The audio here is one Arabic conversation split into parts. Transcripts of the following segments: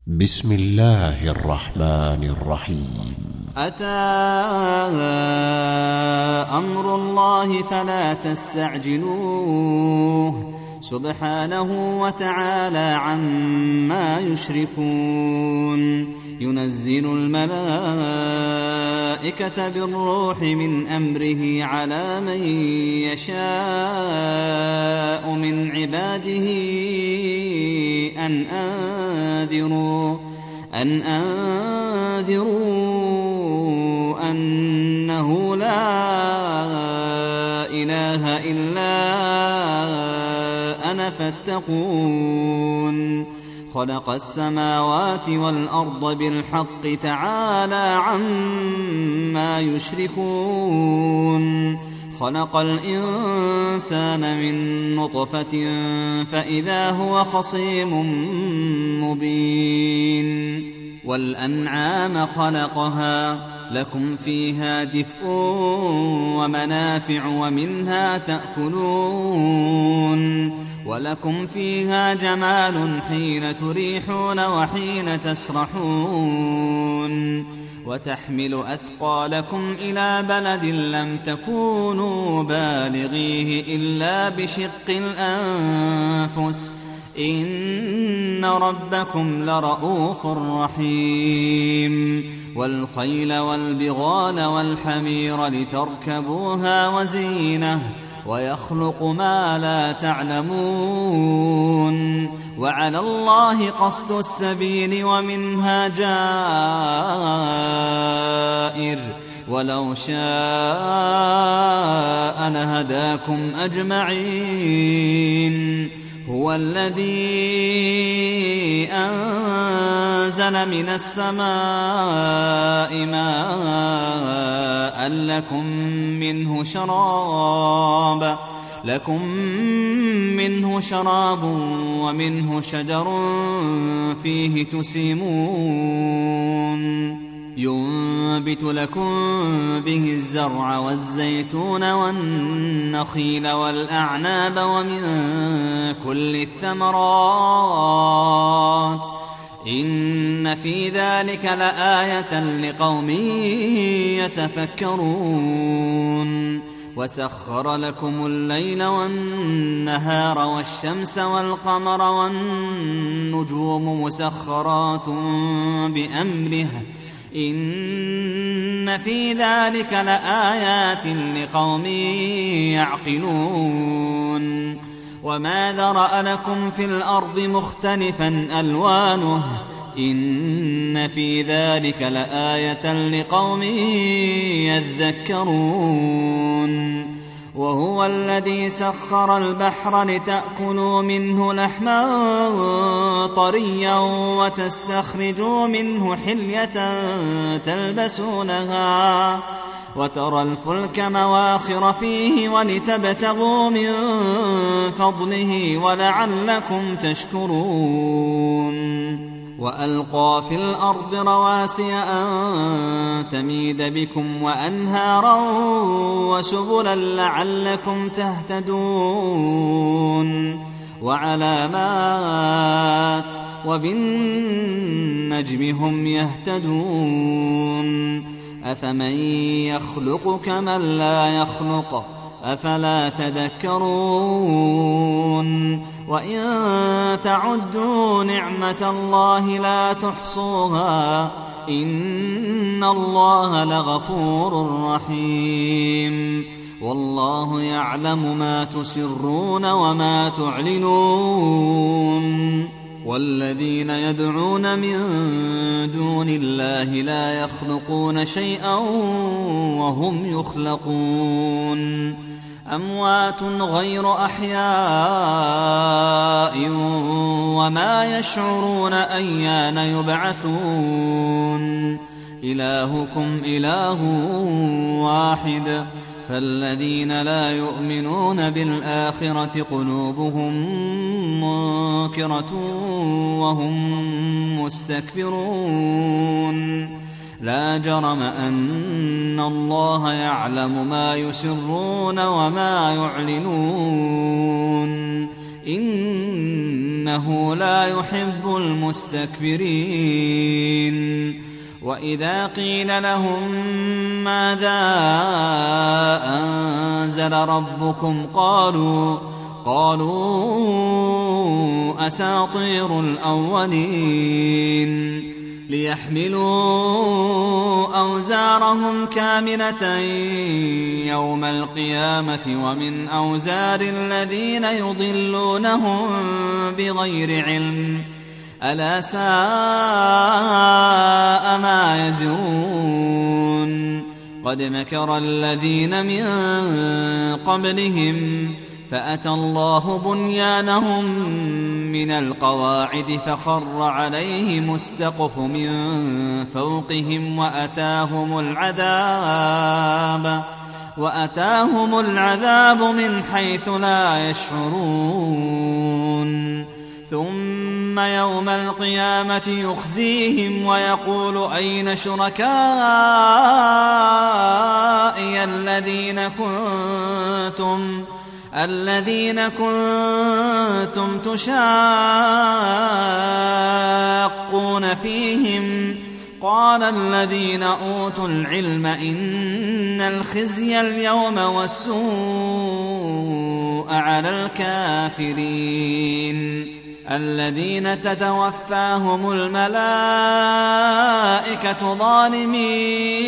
بسم الله الرحمن الرحيم. أتى أمر الله فلا تستعجلوه سبحانه وتعالى عما يشركون. ينزل الملائكة بالروح من أمره على من يشاء من عباده أن أنذروا أنه لا إله إلا أنا فاتقون. خلق السماوات والأرض بالحق تعالى عما يشركون. خلق الإنسان من نطفة فإذا هو خصيم مبين. والأنعام خلقها لكم فيها دفء ومنافع ومنها تأكلون. ولكم فيها جمال حين تريحون وحين تسرحون. وتحمل أثقالكم إلى بلد لم تكونوا بالغيه إلا بشق الأنفس إن ربكم لرؤوف رحيم. والخيل والبغال والحمير لتركبوها وزينة ويخلق ما لا تعلمون. وعلى الله قصد السبيل ومنها جائر ولو شاء لهداكم أجمعين. هو الذي أنزل من السماء ماء لكم منه شراب ومنه شجر فيه تسيمون. ينبت لكم به الزرع والزيتون والنخيل والأعناب ومن كل الثمرات إن في ذلك لآية لقوم يتفكرون. وسخر لكم الليل والنهار والشمس والقمر والنجوم مسخرات بأمره إن في ذلك لآيات لقوم يعقلون. وما ذرأ لكم في الأرض مختلفا ألوانه إن في ذلك لآية لقوم يذكرون. وهو الذي سخر البحر لتأكلوا منه لحما طريا وتستخرجوا منه حلية تلبسونها وترى الفلك مواخر فيه ولتبتغوا من فضله ولعلكم تشكرون. وألقى في الأرض رواسي أن تميد بكم وأنهارا وسبلا لعلكم تهتدون. وعلامات وبالنجم هم يهتدون. أفمن يخلق كمن لا يخلق أفلا تذكرون. وإن تعدوا نعمة الله لا تحصوها إن الله لغفور رحيم. والله يعلم ما تسرون وما تعلنون. والذين يدعون من دون الله لا يخلقون شيئا وهم يخلقون. أموات غير أحياء وما يشعرون أيان يبعثون. إلهكم إله واحد فالذين لا يؤمنون بالآخرة قلوبهم منكرة وهم مستكبرون. لا جرم أن الله يعلم ما يسرون وما يعلنون. إنه لا يحب المستكبرين. وإذا قيل لهم ماذا أنزل ربكم قالوا أساطير الأولين ليحملوا أوزارهم كاملة يوم القيامة ومن أوزار الذين يضلونهم بغير علم ألا ساء ما يزرون. قد مكر الذين من قبلهم فأتى الله بنيانهم من القواعد فخر عليهم السقف من فوقهم وأتاهم العذاب من حيث لا يشعرون. ثم يوم القيامة يخزيهم ويقول أين شركائي الذين كنتم تشاقون فيهم. قال الذين أوتوا العلم إن الخزي اليوم والسوء على الكافرين الذين تتوفاهم الملائكة ظالمي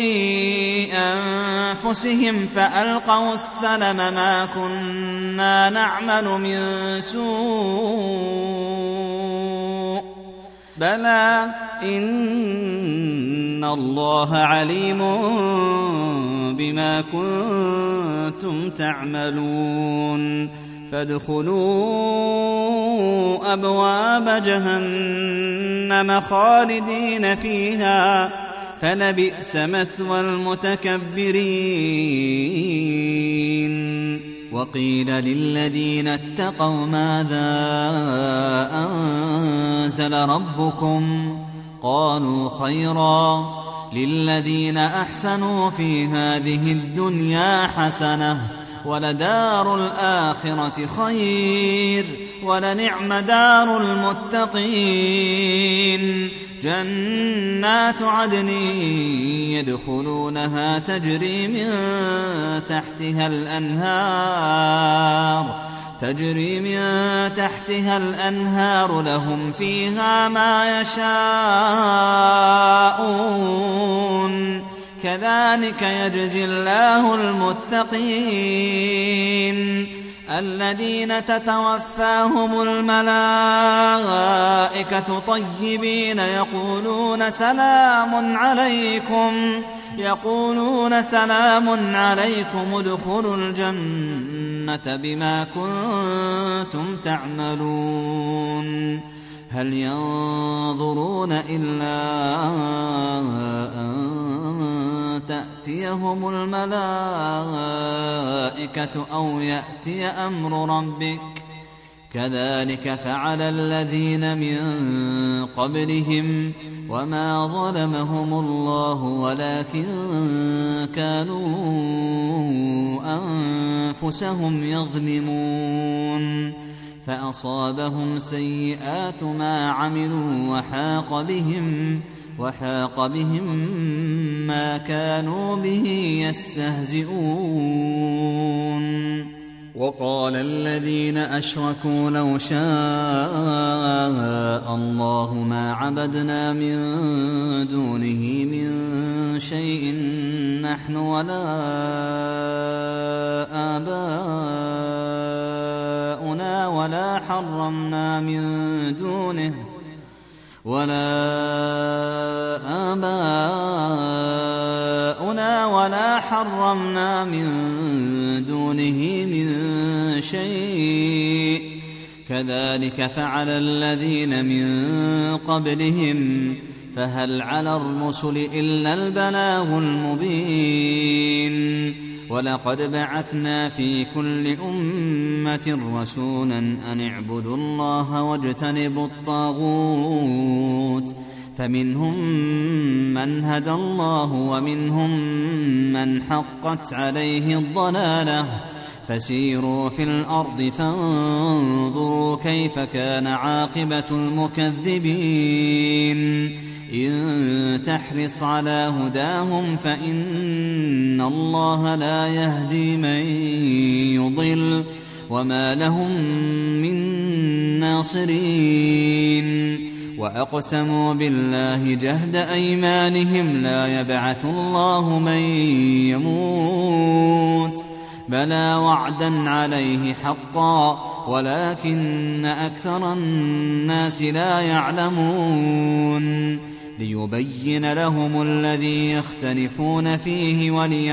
أنفسهم فألقوا السلم ما كنا نعمل من سوء بلى إن الله عليم بما كنتم تعملون. فادخلوا أبواب جهنم خالدين فيها فلبئس مثوى المتكبرين. وقيل للذين اتقوا ماذا أنزل ربكم قالوا خيرا للذين أحسنوا في هذه الدنيا حسنة ولدار الآخرة خير ولنعم دار المتقين. جنات عدن يدخلونها تجري من تحتها الأنهار لهم فيها ما يشاءون كذلك يجزي الله المتقين الذين تتوفاهم الملائكة طيبين يقولون سلام عليكم ادخلوا الجنة بما كنتم تعملون. هل ينظرون إلا أن تأتيهم الملائكة أو يأتي أمر ربك كذلك فعل الذين من قبلهم وما ظلمهم الله ولكن كانوا أنفسهم يظلمون. فأصابهم سيئات ما عملوا وحاق بهم ما كانوا به يستهزئون. وقال الذين أشركوا لو شاء الله ما عبدنا من دونه من شيء نحن ولا آباؤنا ولا حرمنا من دونه من شيء كذلك فعل الذين من قبلهم فهل على الرسل إلا البلاغ المبين. ولقد بعثنا في كل أمة رسولا أن اعبدوا الله واجتنبوا الطاغوت فمنهم من هدى الله ومنهم من حقت عليه الضلالة فسيروا في الأرض فانظروا كيف كان عاقبة المكذبين إن تحرص على هداهم فإن الله لا يهدي من يضل وما لهم من ناصرين وأقسموا بالله جهد أيمانهم لا يبعث الله من يموت بلى وعدا عليه حقا ولكن أكثر الناس لا يعلمون ليبين لهم الذي يختلفون فيه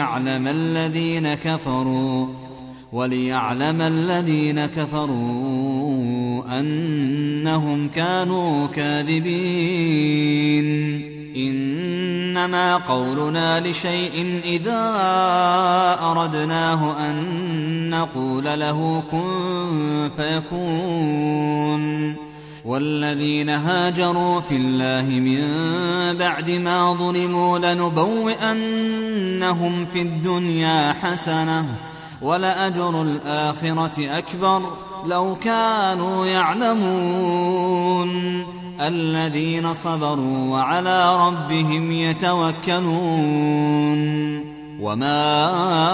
وليعلم الذين كفروا أنهم كانوا كاذبين إنما قولنا لشيء إذا أردناه أن نقول له كن فيكون والذين هاجروا في الله من بعد ما ظلموا لنبوئنهم في الدنيا حسنة ولأجر الآخرة أكبر لو كانوا يعلمون الذين صبروا وعلى ربهم يتوكلون وما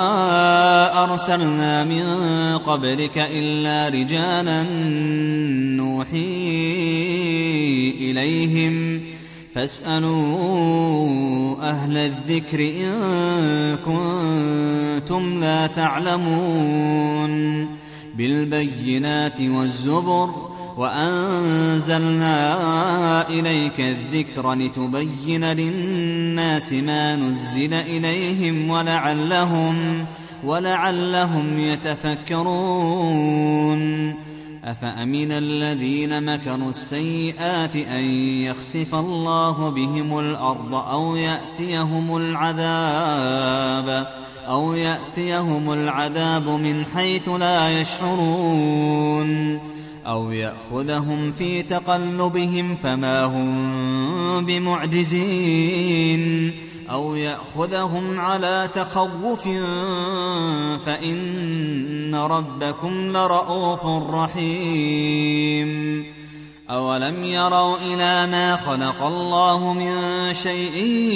أرسلنا من قبلك إلا رجالا نوحي إليهم فاسألوا أهل الذكر إن كنتم لا تعلمون بالبينات والزبر وأنزلنا إليك الذكر لتبين للناس ما نزل إليهم ولعلهم يتفكرون أفأمن الذين مكروا السيئات أن يخسف الله بهم الأرض أو يأتيهم العذاب من حيث لا يشعرون أو يأخذهم في تقلبهم فما هم بمعجزين أو يأخذهم على تخوف فإن ربكم لرؤوف رحيم أولم يروا إلى ما خلق الله من شيء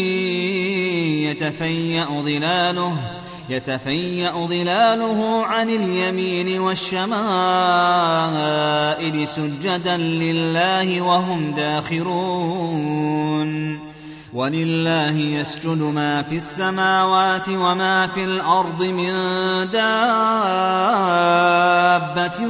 يتفيأ ظلاله عن اليمين والشمائل سجدا لله وهم داخرون ولله يسجد ما في السماوات وما في الأرض من دابة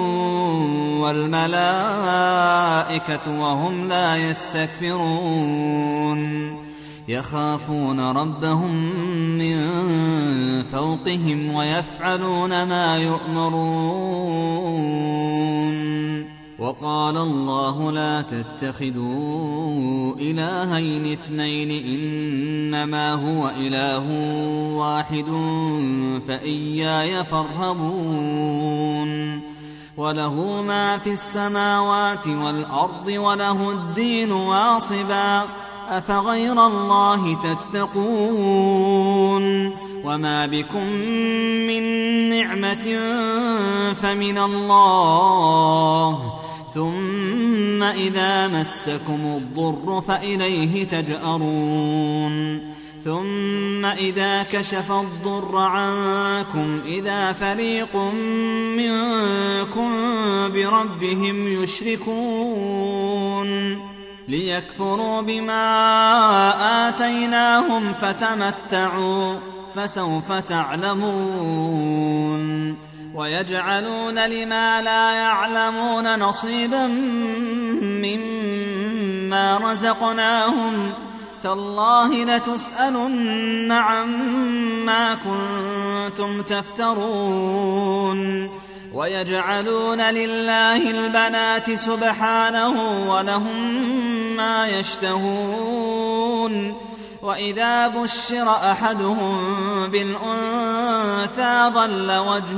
والملائكة وهم لا يستكبرون يخافون ربهم من فوقهم ويفعلون ما يؤمرون وقال الله لا تتخذوا إلهين اثنين إنما هو إله واحد فإياي فارهبون وله ما في السماوات والأرض وله الدين واصبا أفغير الله تتقون وما بكم من نعمة فمن الله ثم إذا مسكم الضر فإليه تجأرون ثم إذا كشف الضر عنكم إذا فريق منكم بربهم يشركون ليكفروا بما آتيناهم فتمتعوا فسوف تعلمون ويجعلون لما لا يعلمون نصيبا مما رزقناهم تالله لتسألن عما كنتم تفترون ويجعلون لله البنات سبحانه ولهم ما يشتهون وإذا بشر أحدهم بالأنثى ظل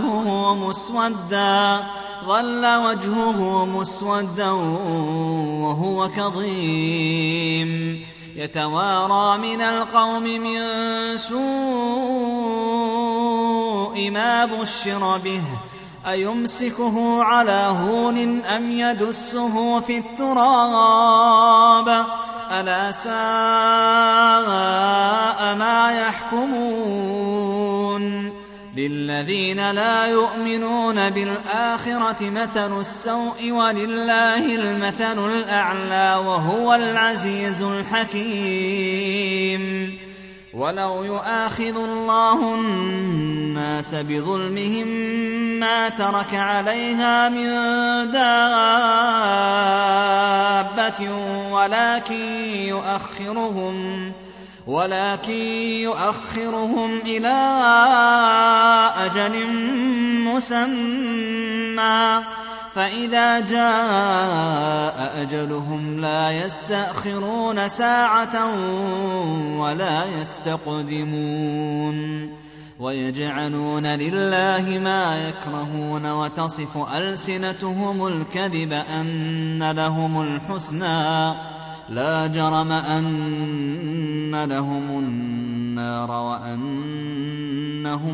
وجهه مسودا وهو كظيم يتوارى من القوم من سوء السوء ما بشر به أيمسكه على هون أم يدسه في التراب ألا ساء ما يحكمون للذين لا يؤمنون بالآخرة مثل السوء ولله المثل الأعلى وهو العزيز الحكيم ولو يؤاخذ الله الناس بظلمهم ما ترك عليها من دابة ولكن يؤخرهم إلى أجل مسمى فإذا جاء أجلهم لا يستأخرون ساعة ولا يستقدمون ويجعلون لله ما يكرهون وتصف ألسنتهم الكذب أن لهم الحسنى لا جرم أن لهم النار وأنهم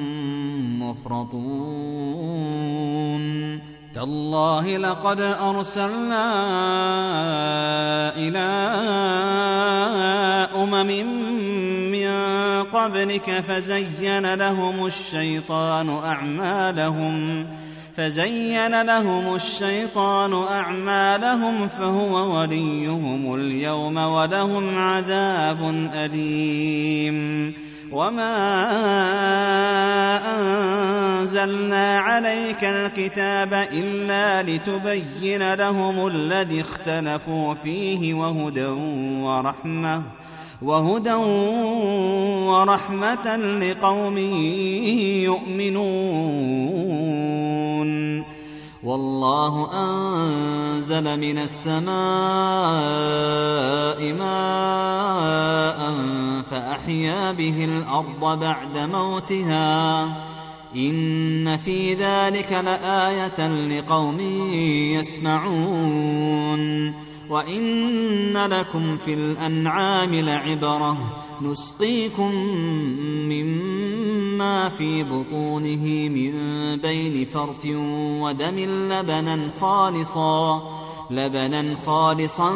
مفرطون تالله لقد أرسلنا إلى من قبلك فزين لهم الشيطان أعمالهم فهو وليهم اليوم ولهم عذاب أليم وما أنزلنا عليك الكتاب إلا لتبين لهم الذي اختلفوا فيه وهدى ورحمة لقوم يؤمنون والله أنزل من السماء ماء فأحيا به الأرض بعد موتها إن في ذلك لآية لقوم يسمعون وإن لكم في الأنعام لعبرة نسقيكم مما في بطونه من بين فرث ودم لبنا خالصا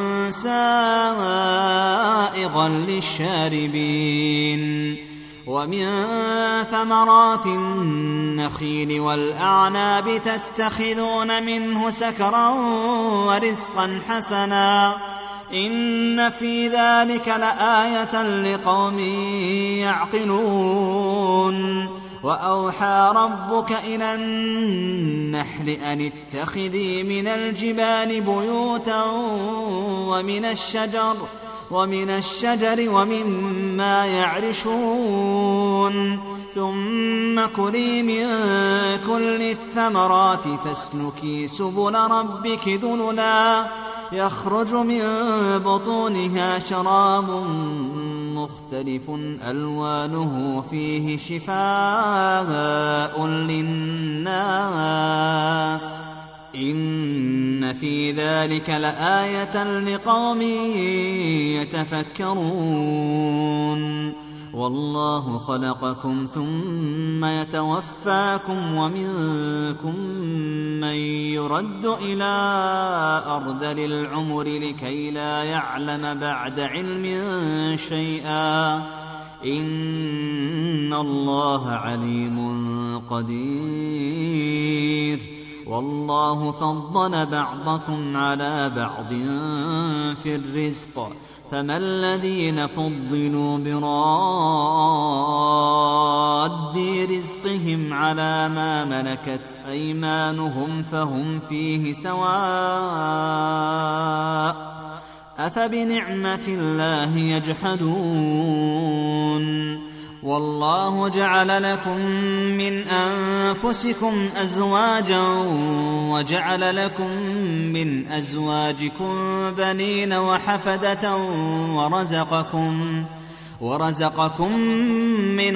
سائغا للشاربين ومن ثمرات النخيل والأعناب تتخذون منه سكرا ورزقا حسنا إن في ذلك لآية لقوم يعقلون وأوحى ربك إلى النحل أن اتخذي من الجبال بيوتا ومن الشجر ومما يعرشون ثم كلي من كل الثمرات فاسلكي سبل ربك ذللا يخرج من بطونها شراب مختلف ألوانه فيه شفاء للناس إن في ذلك لآية لقوم يتفكرون والله خلقكم ثم يتوفاكم ومنكم من يرد إلى أرذل العمر لكي لا يعلم بعد علم شيئا إن الله عليم قدير والله فضل بعضكم على بعض في الرزق فما الذين فضلوا براد رزقهم على ما ملكت أيمانهم فهم فيه سواء أفبنعمة الله يجحدون والله جعل لكم من أنفسكم أزواجا وجعل لكم من أزواجكم بنين وحفدة ورزقكم من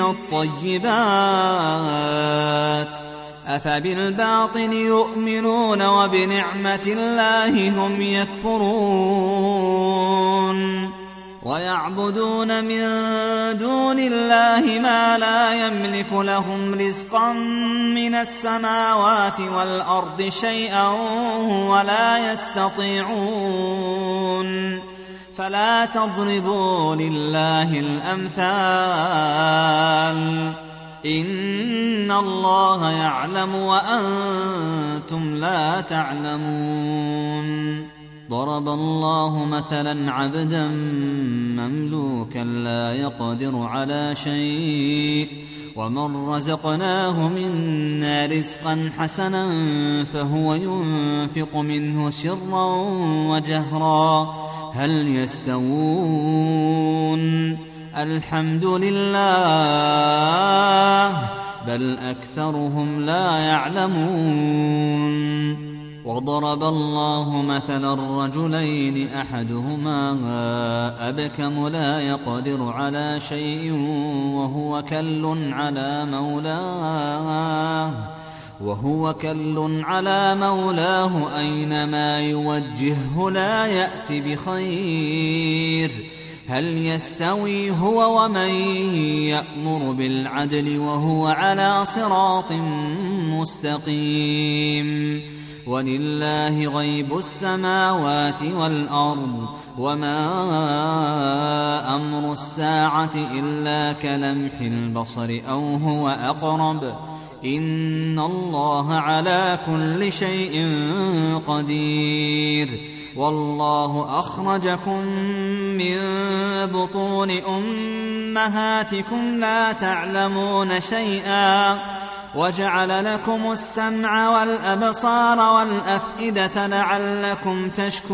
الطيبات أفبالباطل يؤمنون وبنعمة الله هم يكفرون ويعبدون من دون الله ما لا يملك لهم رزقا من السماوات والأرض شيئا ولا يستطيعون فلا تضربوا لله الأمثال إن الله يعلم وأنتم لا تعلمون ضرب الله مثلا عبدا مملوكا لا يقدر على شيء ومن رزقناه منا رزقا حسنا فهو ينفق منه سرا وجهرا هل يستوون الحمد لله بل أكثرهم لا يعلمون وضرب الله مثلا رجلين أحدهما أبكم لا يقدر على شيء وهو كل على مولاه أينما يوجهه لا يأتي بخير هل يستوي هو ومن يأمر بالعدل وهو على صراط مستقيم ولله غيب السماوات والأرض وما أمر الساعة إلا كلمح البصر أو هو أقرب إن الله على كل شيء قدير والله أخرجكم من بطون أمهاتكم لا تعلمون شيئا وجعل لكم السمع والأبصار والأفئدة لعلكم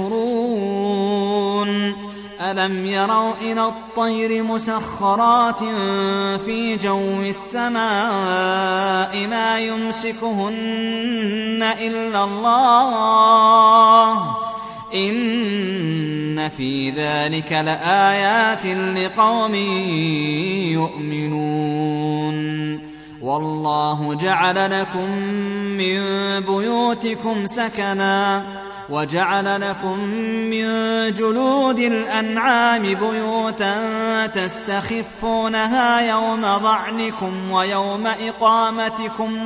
تشكرون ألم يروا إلى الطير مسخرات في جو السماء ما يمسكهن إلا الله إن في ذلك لآيات لقوم يؤمنون والله جعل لكم من بيوتكم سكنا وجعل لكم من جلود الأنعام بيوتا تستخفونها يوم ضعنكم ويوم إقامتكم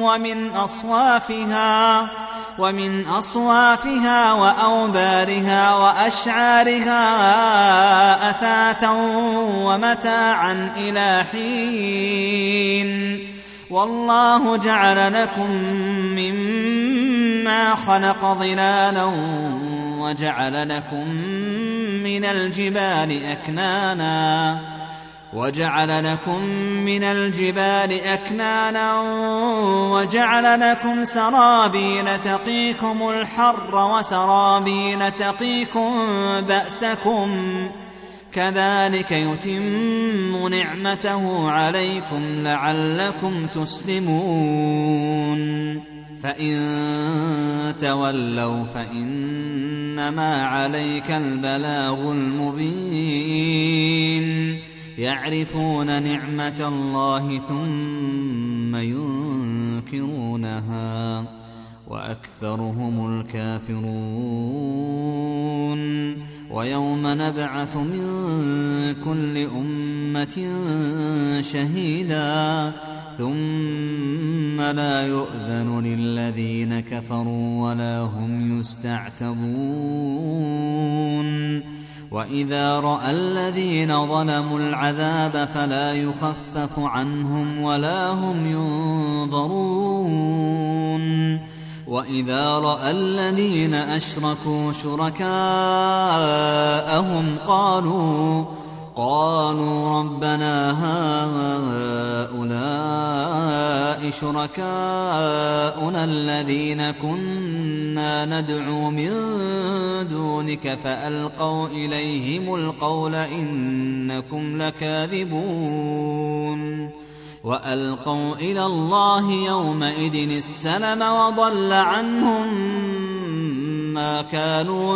ومن أصوافها وأوبارها وأشعارها أثاثا ومتاعا إلى حين والله جعل لكم مما خلق ظلالا وجعل لكم من الجبال أكنانا وجعل لكم سرابيل تقيكم الحر وسرابيل تقيكم بأسكم كذلك يتم نعمته عليكم لعلكم تسلمون فإن تولوا فإنما عليك البلاغ المبين يعرفون نعمة الله ثم ينكرونها وأكثرهم الكافرون ويوم نبعث من كل أمة شهيدا ثم لا يؤذن للذين كفروا ولا هم يستعتبون وإذا رأى الذين ظلموا العذاب فلا يخفف عنهم ولا هم ينظرون وإذا رأى الذين أشركوا شركاءهم قالوا ربنا هؤلاء شركاؤنا الذين كنا ندعو من دونك فألقوا إليهم القول إنكم لكاذبون وألقوا إلى الله يومئذ السلم وضل عنهم ما كانوا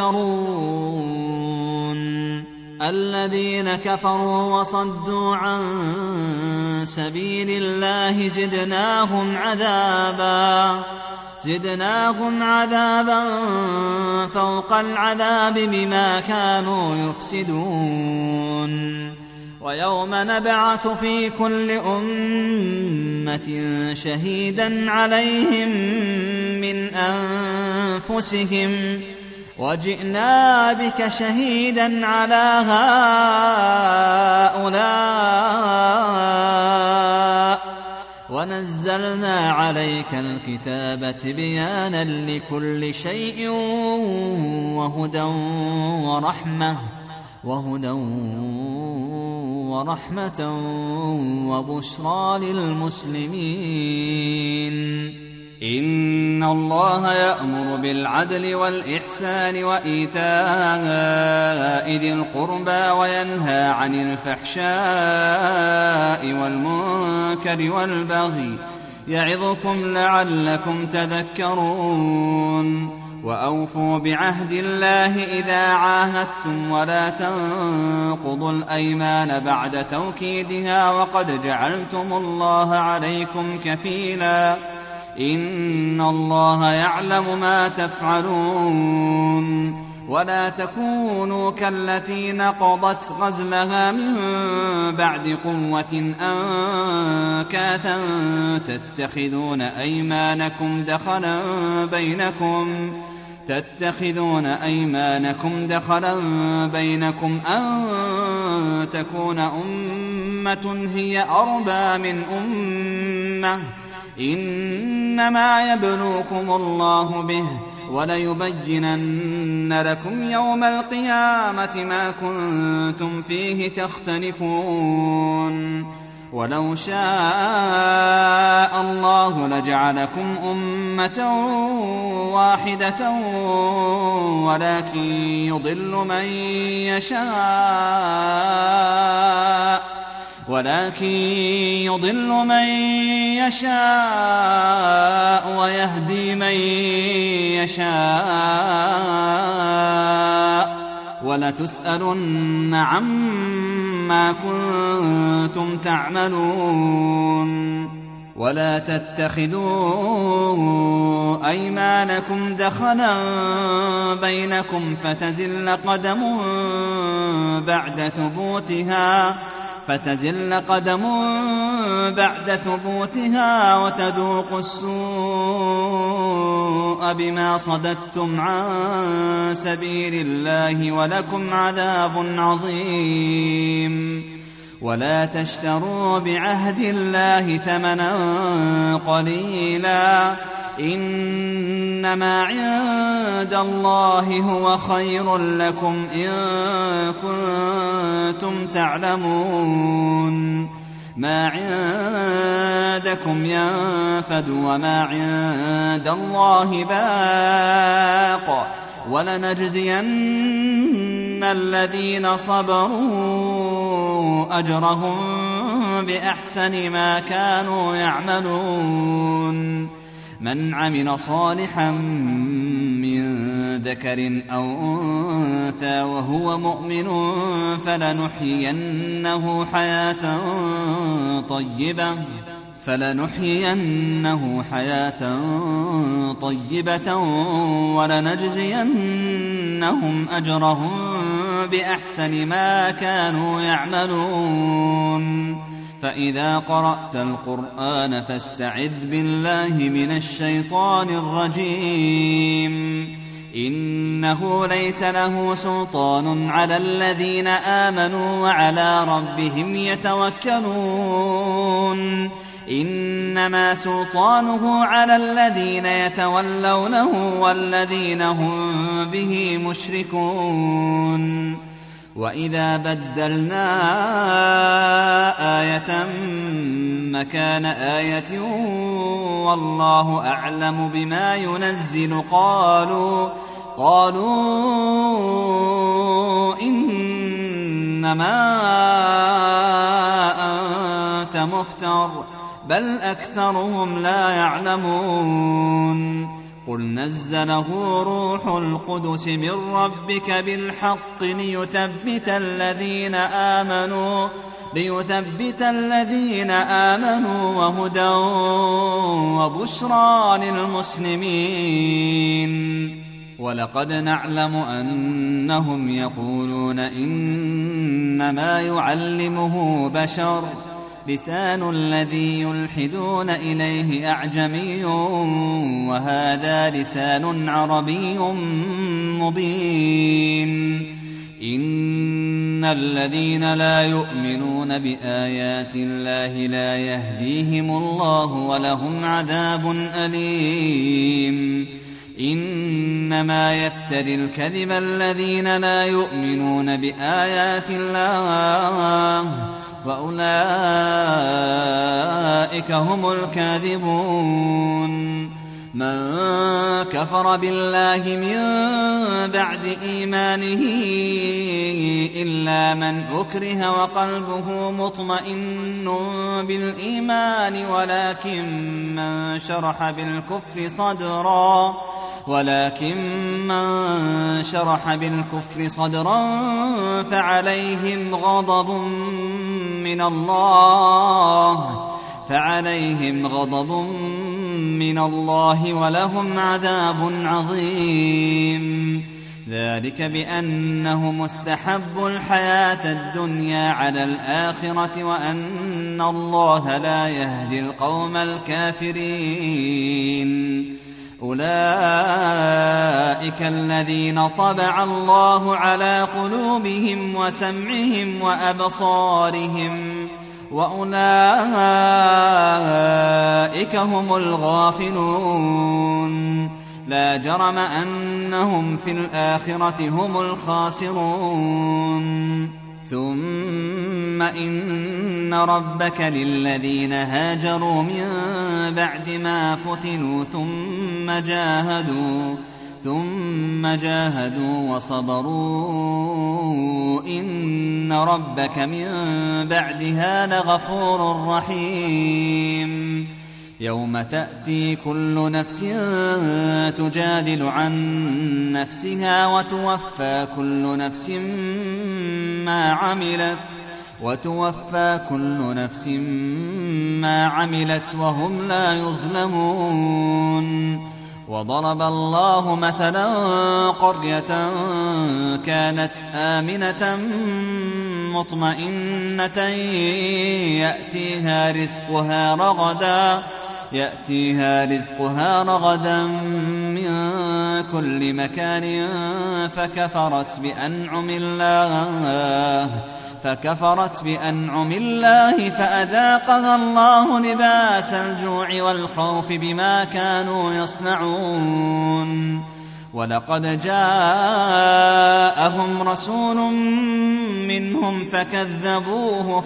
يفترون الذين كفروا وصدوا عن سبيل الله زدناهم زدناهم عذابا فوق العذاب بما كانوا يفسدون ويوم نبعث في كل أمة شهيدا عليهم من أنفسهم وجئنا بك شهيدا على هؤلاء ونزلنا عليك الكتاب تبيانا لكل شيء وهدى ورحمة وبشرى للمسلمين. إن الله يأمر بالعدل والإحسان وإيتاء ذي القربى وينهى عن الفحشاء والمنكر والبغي يعظكم لعلكم تذكرون. وأوفوا بعهد الله إذا عاهدتم ولا تنقضوا الأيمان بعد توكيدها وقد جعلتم الله عليكم كفيلا إن الله يعلم ما تفعلون. ولا تكونوا كالتي نقضت غزلها من بعد قوة أنكاثا تتخذون أيمانكم دخلا بينكم أن تكون أمة هي أربى من أمة إنما يبلوكم الله به وليبينن لكم يوم القيامة ما كنتم فيه تختلفون. ولو شاء الله لجعلكم أمة واحدة ولكن يضل من يشاء ويهدي من يشاء ولتسألن عما كنتم تعملون. ولا تتخذوا أيمانكم دخلا بينكم فتزل قدم بعد ثبوتها وتذوقوا السوء بما صددتم عن سبيل الله ولكم عذاب عظيم. ولا تشتروا بعهد الله ثمنا قليلا إنما عند الله هو خير لكم إن كنتم تعلمون. ما عندكم ينفد وما عند الله باق ولنجزين الذين صبروا أجرهم بأحسن ما كانوا يعملون. من عمل صالحا من ذكر أو أنثى وهو مؤمن فلنحيينه حياة طيبة ولنجزينهم أجرهم بأحسن ما كانوا يعملون. فإذا قرأت القرآن فاستعذ بالله من الشيطان الرجيم. إنه ليس له سلطان على الذين آمنوا وعلى ربهم يتوكلون. إنما سلطانه على الذين يتولونه والذين هم به مشركون. وإذا بدلنا آية مكان آية والله أعلم بما ينزل قالوا إنما أنت مفتر بل أكثرهم لا يعلمون. قل نزله روح القدس من ربك بالحق ليثبت الذين آمنوا وهدى وبشرى للمسلمين. ولقد نعلم أنهم يقولون إنما يعلمه بشر لسان الذي يلحدون إليه أعجمي وهذا لسان عربي مبين. إن الذين لا يؤمنون بآيات الله لا يهديهم الله ولهم عذاب أليم. إنما يفتري الكذب الذين لا يؤمنون بآيات الله وأولئك هم الكاذبون. من كفر بالله من بعد إيمانه إلا من أكره وقلبه مطمئن بالإيمان ولكن من شرح بالكفر صدرا فعليهم غضب من الله ولهم عذاب عظيم. ذلك بأنه مستحب الحياة الدنيا على الآخرة وأن الله لا يهدي القوم الكافرين. أولئك الذين طبع الله على قلوبهم وسمعهم وأبصارهم وأولئك هم الغافلون. لا جرم أنهم في الآخرة هم الخاسرون. ثم إن ربك للذين هاجروا من بعد ما فتنوا ثم جاهدوا وصبروا إن ربك من بعدها لغفور رحيم. يوم تأتي كل نفس تجادل عن نفسها وتوفى كل نفس ما عملت وهم لا يظلمون. وضرب الله مثلا قرية كانت آمنة مطمئنة يأتيها رزقها رغدا من كل مكان فكفرت بأنعم الله فأذاقها الله لباس الجوع والخوف بما كانوا يصنعون. ولقد جاءهم رسول منهم فكذبوه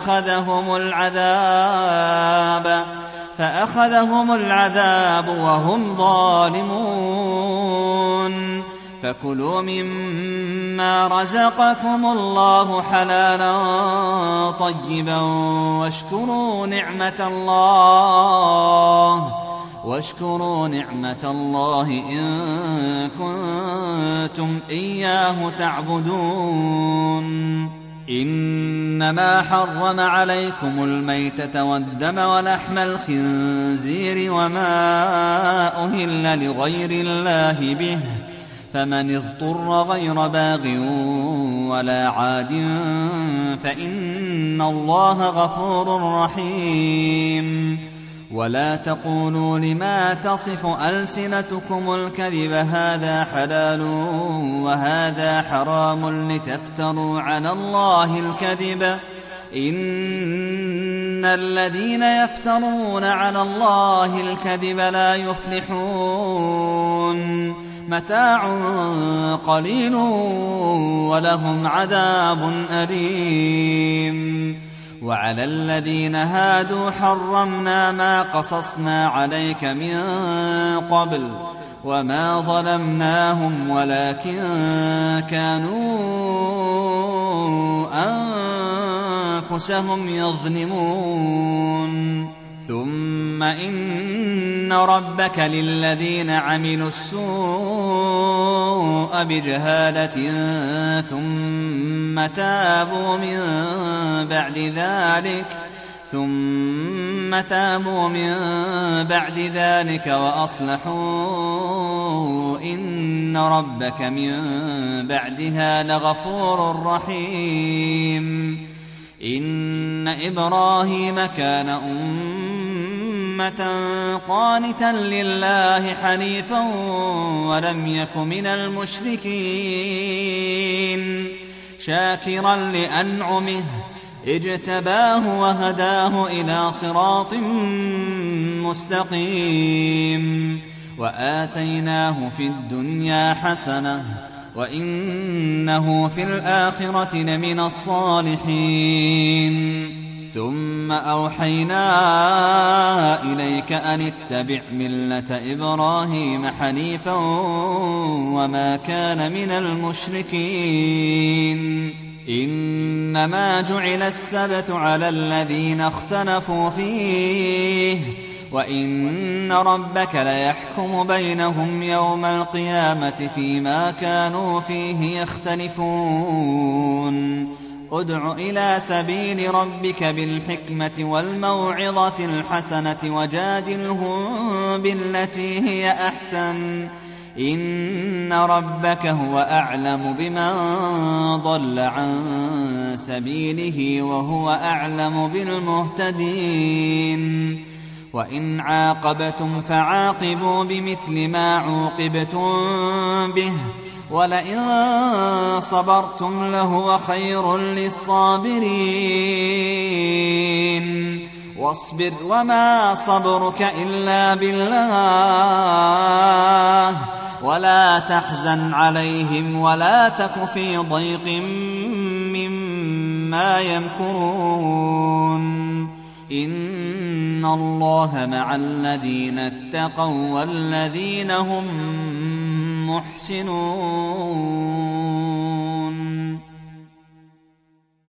فأخذهم العذاب وهم ظالمون. فكلوا مما رزقكم الله حلالا طيبا واشكروا نعمة الله إن كنتم إياه تعبدون. إنما حرم عليكم الميتة والدم ولحم الخنزير وما أهل لغير الله به فمن اضطر غير باغ ولا عاد فإن الله غفور رحيم. ولا تقولوا لما تصف ألسنتكم الكذب هذا حلال وهذا حرام لتفتروا على الله الكذب إن الذين يفترون على الله الكذب لا يفلحون. متاع قليل ولهم عذاب أليم. وعلى الذين هادوا حرمنا ما قصصنا عليك من قبل وما ظلمناهم ولكن كانوا أنفسهم يظلمون. ثم إن ربك للذين عملوا السوء بجهالة ثم تابوا من بعد ذلك وأصلحوا إن ربك من بعدها لغفور رحيم. إن إبراهيم كان أمة قانتا لله حنيفا ولم يك من المشركين شاكرا لأنعمه اجتباه وهداه إلى صراط مستقيم وآتيناه في الدنيا حسنة وإنه في الآخرة لمن الصالحين. ثم أوحينا إليك أن اتبع ملة إبراهيم حنيفا وما كان من المشركين. إنما جعل السبت على الذين اختلفوا فيه وإن ربك ليحكم بينهم يوم القيامة فيما كانوا فيه يختلفون. ادع إلى سبيل ربك بالحكمة والموعظة الحسنة وجادلهم بالتي هي أحسن إن ربك هو أعلم بمن ضل عن سبيله وهو أعلم بالمهتدين. وإن عاقبتم فعاقبوا بمثل ما عوقبتم به ولئن صبرتم لهو خير للصابرين. واصبر وما صبرك إلا بالله ولا تحزن عليهم ولا تك في ضيق مما يمكرون. إن الله مع الذين اتقوا والذين هم محسنون.